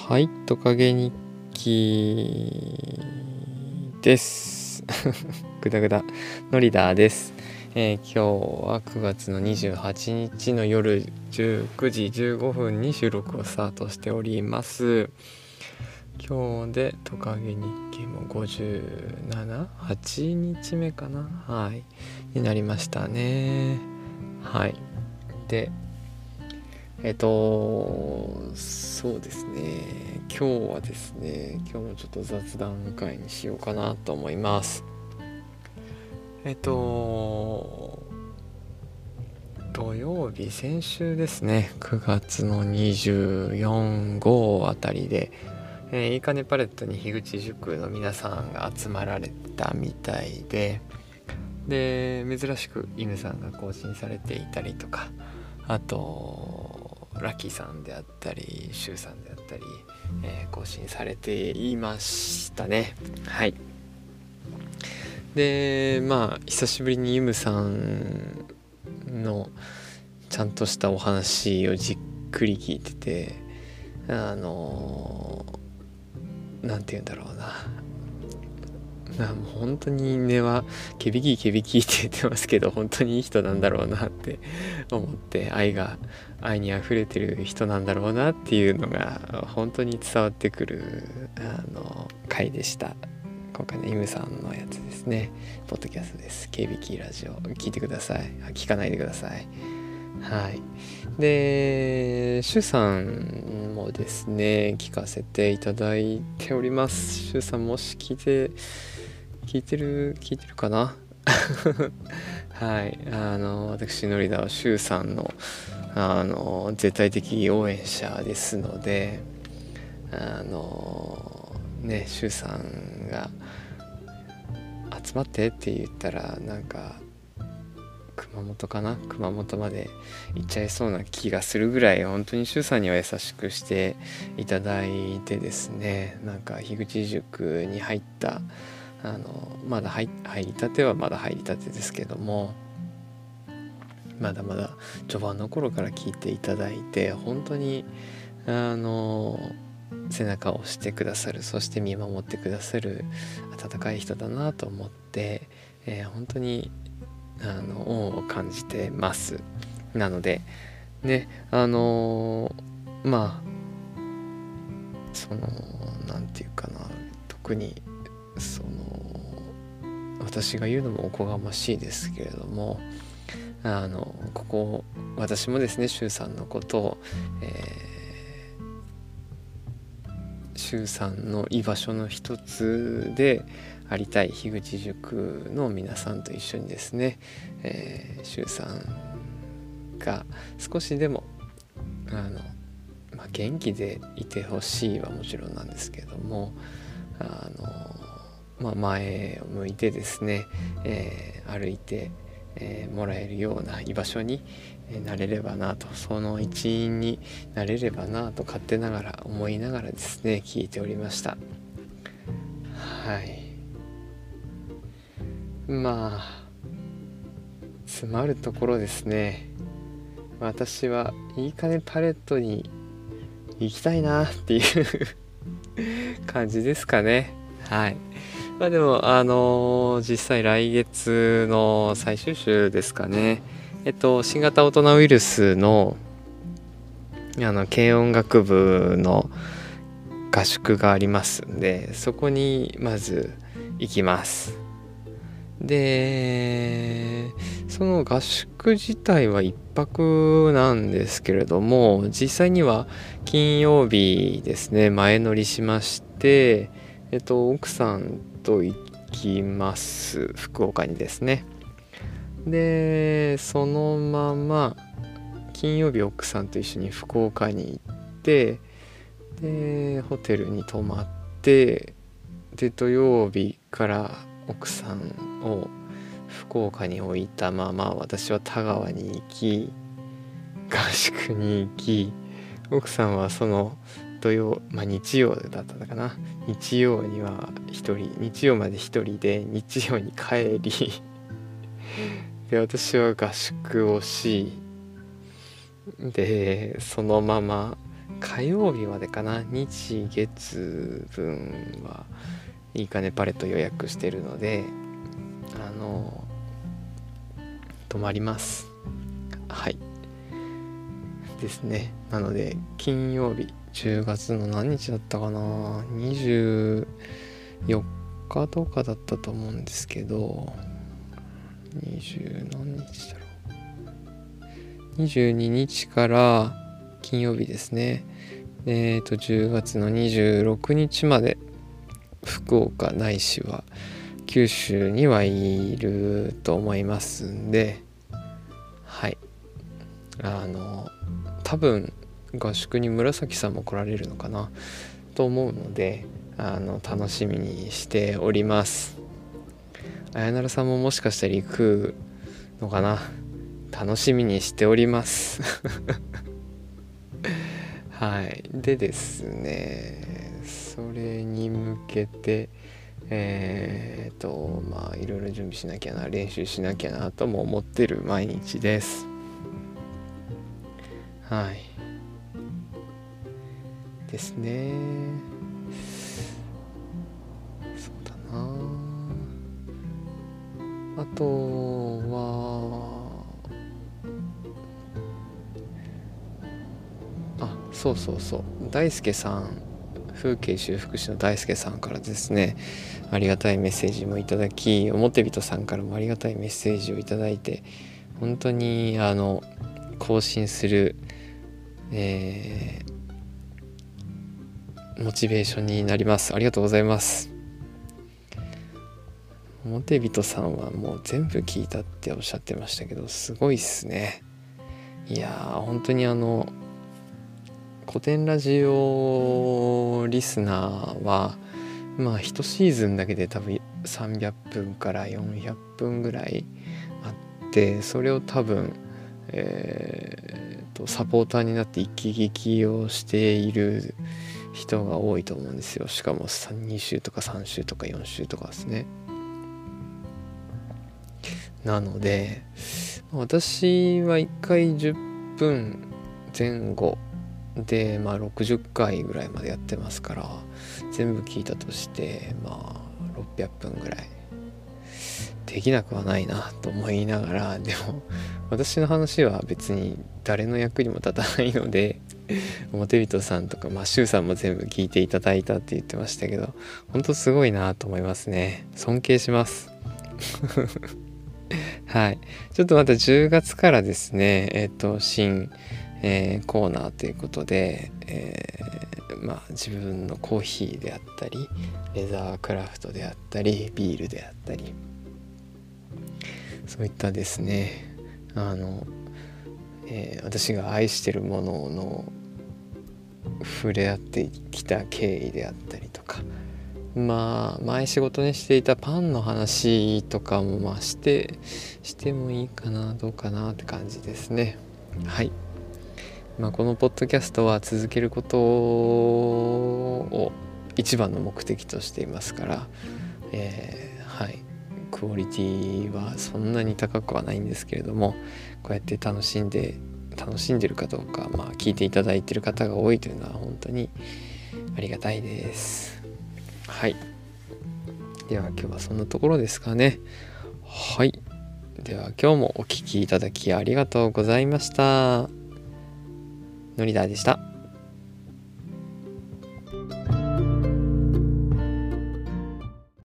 はい、トカゲ日記ですぐだぐだのリーダーです。今日は9月の28日の夜19時15分に収録をスタートしております。今日でトカゲ日記も57、8日目かな、はい、になりましたね。はい。で、そうですね。今日はですね、今日もちょっと雑談会にしようかなと思います。土曜日、先週ですね、9月の24号あたりで、いいかねパレットに樋口塾の皆さんが集まられたみたいで、珍しく犬さんが更新されていたりとか、あとラッキーさんであったりシュウさんであったり、更新されていましたね。はい。で久しぶりにユムさんのちゃんとしたお話をじっくり聞いてて、なんて言うんだろうな、もう本当に根はケビキケビキって言ってますけど、本当にいい人なんだろうなって思って、愛にあふれてる人なんだろうなっていうのが本当に伝わってくる回でした。今回のイムさんのやつですね。ポッドキャストです。ケビキラジオ聞いてください。聞かないでください。はい。で、シュさんもですね、聞かせていただいております。シュさんもし聞いてるかなはい。私のリーダーはシュさんの絶対的応援者ですので、シュさんが集まってって言ったら、なんか熊本まで行っちゃいそうな気がするぐらい、本当にシュさんには優しくしていただいてですね、なんか樋口塾に入ったまだ入りたてですけども、まだまだ序盤の頃から聞いていただいて、本当に背中を押してくださる、そして見守ってくださる温かい人だなと思って、本当に恩を感じてます。なのでね、なんていうかな、特に私が言うのもおこがましいですけれども、私もですね、シュウさんのことを、シュウさんの居場所の一つでありたい樋口塾の皆さんと一緒にですね、シュウさんが少しでも元気でいてほしいはもちろんなんですけども、前を向いてですね、歩いて、もらえるような居場所になれればなと、その一員になれればなと勝手ながら思いながらですね、聞いておりました。はい。詰まるところですね。私はいいかねパレットに行きたいなっていう感じですかね。はい。でも実際来月の最終週ですかね。新型大人ウイルスの軽音楽部の合宿がありますんで、そこにまず行きます。で、その合宿自体は1泊なんですけれども、実際には金曜日ですね、前乗りしまして、奥さんと行きます。福岡にですね。で、そのまま金曜日奥さんと一緒に福岡に行って、でホテルに泊まって、で土曜日から奥さんを福岡に置いたまま、私は田川に行き、合宿に行き、奥さんはその日曜だったのかな、日曜まで一人で日曜に帰りで私は合宿をし、でそのまま火曜日までかな。日月分はいいかねパレット予約してるので泊まります。はいですね。なので金曜日10月の何日だったかな、24日とかだったと思うんですけど、20何日だろう、22日から金曜日ですね。10月の26日まで福岡ないしは九州にはいると思いますんで、はい、多分合宿に紫さんも来られるのかなと思うので、楽しみにしております。あやならさんももしかしたら行くのかな、楽しみにしておりますはい。でですね、それに向けてまあいろいろ準備しなきゃな、練習しなきゃなとも思ってる毎日です。はいですね。そうだなあとはそう大輔さん、風景修復師の大輔さんからですね、ありがたいメッセージもいただき、表人さんからもありがたいメッセージをいただいて、本当に更新する、モチベーションになります。ありがとうございます。表人さんはもう全部聞いたっておっしゃってましたけど、すごいっすね。いやー本当に古典ラジオリスナーはまあ1シーズンだけで多分300分から400分ぐらいあって、それを多分サポーターになって一気聞きをしている人が多いと思うんですよ。しかも2週とか3週とか4週とかですね。なので私は1回10分前後で60回ぐらいまでやってますから、全部聞いたとして600分ぐらいできなくはないなと思いながら、でも私の話は別に誰の役にも立たないので表人さんとかシュウさんも全部聞いていただいたって言ってましたけど、本当すごいなと思いますね。尊敬しますはい、ちょっとまた10月からですね新、コーナーということで、自分のコーヒーであったりレザークラフトであったりビールであったり、そういったですね私が愛してるものの触れ合ってきた経緯であったりとか、前仕事にしていたパンの話とかもしてもいいかなどうかなって感じですね。はい、このポッドキャストは続けることを一番の目的としていますから、はい、クオリティはそんなに高くはないんですけれども、こうやって楽しんでるかどうか、聞いていただいている方が多いというのは本当にありがたいです。はい、では今日はそんなところですかね。はい、では今日もお聞きいただきありがとうございました。のりだーでした。